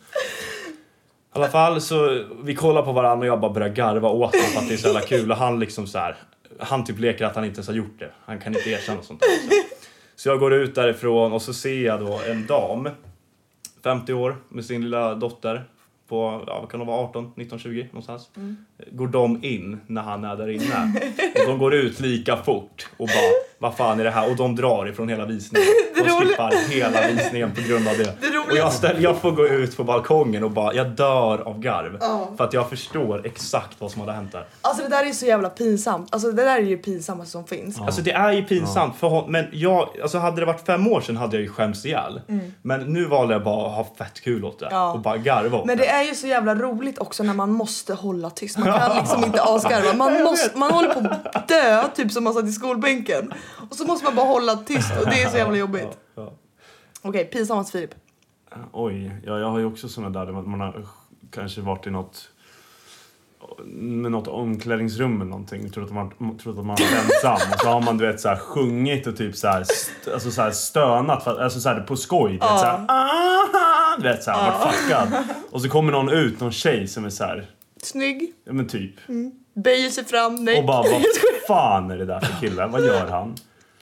I alla fall så vi kollar på varandra och jag bara börjar garva åt honom för att det är så jävla kul. Och han liksom så här, han typ leker att han inte ens har gjort det. Han kan inte erkänna sånt där. Så. så jag går ut därifrån och så ser jag då en dam, femtio år, med sin lilla dotter. På, ja, vad kan de vara, arton, nitton, tjugo någonstans. Mm. Går de in när han är där inne. Och de går ut lika fort och bara, vad fan är det här? Och de drar ifrån hela visningen. De skippar hela visningen på grund av det. det och jag, ställ, jag får gå ut på balkongen och bara, jag dör av garv. Oh. För att jag förstår exakt vad som hade hänt där. Alltså det där är så jävla pinsamt. Alltså det där är ju pinsamt som finns. Oh. Alltså det är ju pinsamt. Oh. För hon, men jag, alltså hade det varit fem år sedan hade jag ju skämts ihjäl. Mm. Men nu valde jag bara att ha fett kul åt det. Oh. Och bara garva åt men det. är ju så jävla roligt också när man måste hålla tyst. Man kan liksom inte asgarva. Man, måste, man håller på att dö, typ som man satt i skolbänken. Och så måste man bara hålla tyst och det är så jävla jobbigt. Ja, ja. Okej, okay, pinsamt Filip. Oj, ja, jag har ju också såna där man har kanske varit i något med något omklädningsrum eller någonting. Tror att man tror att man är ensam och så har man du vet så här sjungit och typ så här st- alltså så här stönat för, alltså så här på skoj, du vet så här ah, du vet så här varit fuckad. Och så kommer någon ut, någon tjej som är så här snygg. Ja men typ. Mm. Böjer sig fram, nej. Och bara, vad fan är det där för kille? Vad gör han?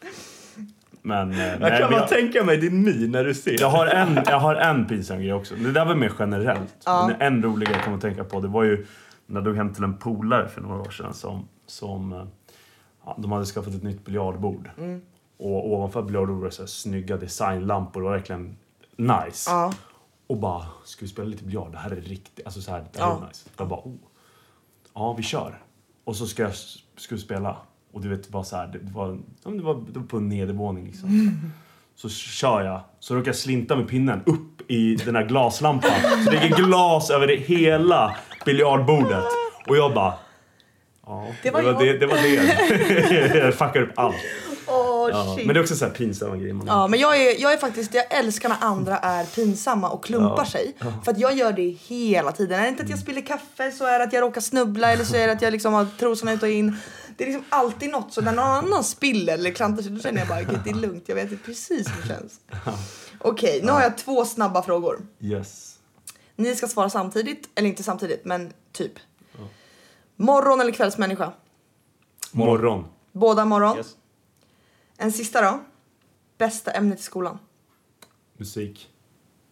Men, jag nej, kan bara jag, tänka mig din min när du ser. Jag har en, jag har en pinsam grej också. Det där var mer generellt. Ja. Men en rolig grej jag kommer att tänka på. Det var ju när jag drog hem till en polare för några år sedan. Som, som ja, de hade skaffat ett nytt biljardbord. Mm. Och ovanför biljardbordet var det så här snygga designlampor. Det var verkligen nice. Ja. Och bara, ska vi spela lite biljard? Det här är riktigt, alltså så här, det här ja. är nice. Jag bara, oh. Ja, vi kör. Och så ska jag ska vi spela. Och du vet, det var så här, det var, det var, det var på en nedervåning liksom. Mm. Så kör jag, så råkar jag slinta med pinnen upp i den här glaslampan. Så det ligger glas över det hela biljardbordet. Och jag bara, ja, det var det. Var det, det, var det. Jag fuckar upp allt. Oh, ja, men det är också så här pinsamma grejer. Man ja, men jag är, jag är faktiskt, jag älskar när andra är pinsamma och klumpar ja. sig. Ja. För att jag gör det hela tiden. Är det inte att jag spiller kaffe så är det att jag råkar snubbla. Eller så är det att jag liksom har trosorna ut och in. Det är liksom alltid något. Så när någon annan spiller eller klantar sig, då känner jag bara, okay, det är lugnt. Jag vet precis hur det känns. Ja. Okej, okay, nu ja. har jag två snabba frågor. Yes. Ni ska svara samtidigt, eller inte samtidigt, men typ. Ja. Morgon eller kvällsmänniska? Morgon. Båda morgon? Yes. En sista då. Bästa ämnet i skolan? Musik.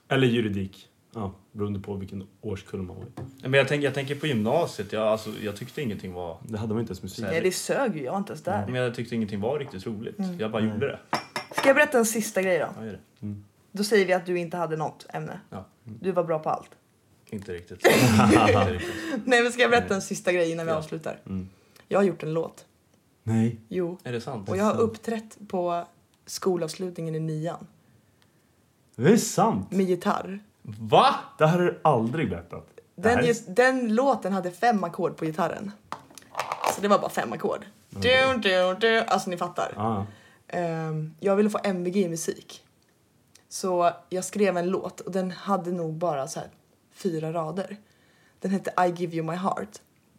Eller juridik. Ja, beroende på vilken årskull man var i. Men jag tänker, jag tänker på gymnasiet. Jag, alltså, jag tyckte ingenting var... Det hade man inte ens musik. Nej, det sög ju. Jag var inte ens där. Men jag tyckte ingenting var riktigt roligt. Mm. Jag bara mm. gjorde det. Ska jag berätta en sista grej då? Ja, gör det. Mm. Då säger vi att du inte hade något ämne. Ja. Mm. Du var bra på allt. Inte riktigt. inte riktigt. Nej, men ska jag berätta en sista grej innan vi ja. avslutar? Mm. Jag har gjort en låt. Nej. Jo. Är det sant? Och jag har uppträtt på skolavslutningen i nian. Det är sant. Med gitarr. Va? Det har du aldrig berättat. Den, är... den låten hade fem ackord på gitarren. Så det var bara fem ackord. Mm. Du, du, du. Alltså ni fattar. Ah. Um, jag ville få M V G i musik. Så jag skrev en låt. Och den hade nog bara så här fyra rader. Den hette I give you my heart.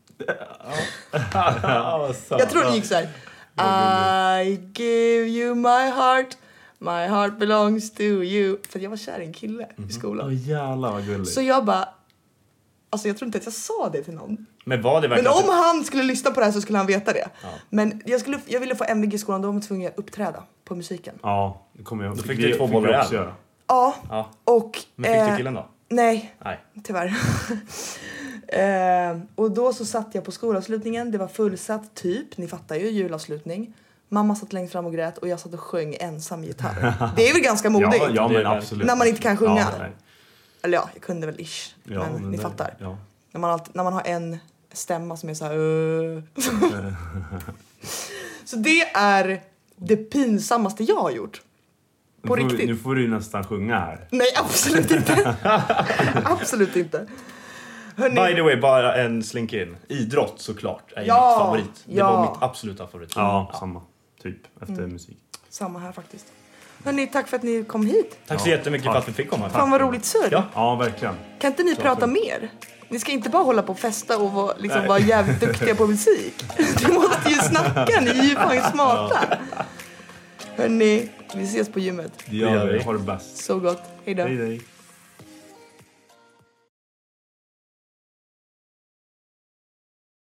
Jag tror det gick så här. I give you my heart. My heart belongs to you. För jag var kär i en kille mm-hmm. i skolan. Åh oh, jävlar vad gulligt. Så jag bara... Alltså jag tror inte att jag sa det till någon. Men var det verkligen... Men om han skulle lyssna på det här så skulle han veta det. Ja. Men jag, skulle, jag ville få M V G i skolan. Då var man tvungen att uppträda på musiken. Ja, det kommer jag. Då fick du två bollar göra. Ja, ja. Och... Men fick eh, du killen då? Nej, nej. Tyvärr. eh, och då så satt jag på skolavslutningen. Det var fullsatt typ. Ni fattar ju, julavslutning. Mamma satt längst fram och grät och jag satt och sjöng ensam gitarr. Det är väl ganska modigt. Ja, ja men absolut. När man inte kan sjunga. Ja, eller ja, jag kunde väl ish. Ja, men, men ni det, fattar. Ja. När, man alltid, när man har en stämma som är så här... Uh. Så det är det pinsammaste jag har gjort. På nu får, riktigt. Nu får du nästan sjunga här. Nej, absolut inte. Absolut inte. Hörrni. By the way, bara en slink in. Idrott såklart är ja, mitt favorit. Det ja. var mitt absoluta favorit. Ja, ja. samma. Typ, efter mm. musik. Samma här faktiskt. Hörrni, tack för att ni kom hit. Tack så ja, jättemycket tack. för att vi fick komma. Fan vad roligt surr. Ja. ja, verkligen. Kan inte ni så prata mer? Ni ska inte bara hålla på och festa och vara, liksom, vara jävligt duktiga på musik. Ni måste ju snacka, ni är ju fan smarta. Hörrni, vi ses på gymmet. Ja, vi har det bäst. Så gott. Hej då. Hej, hej.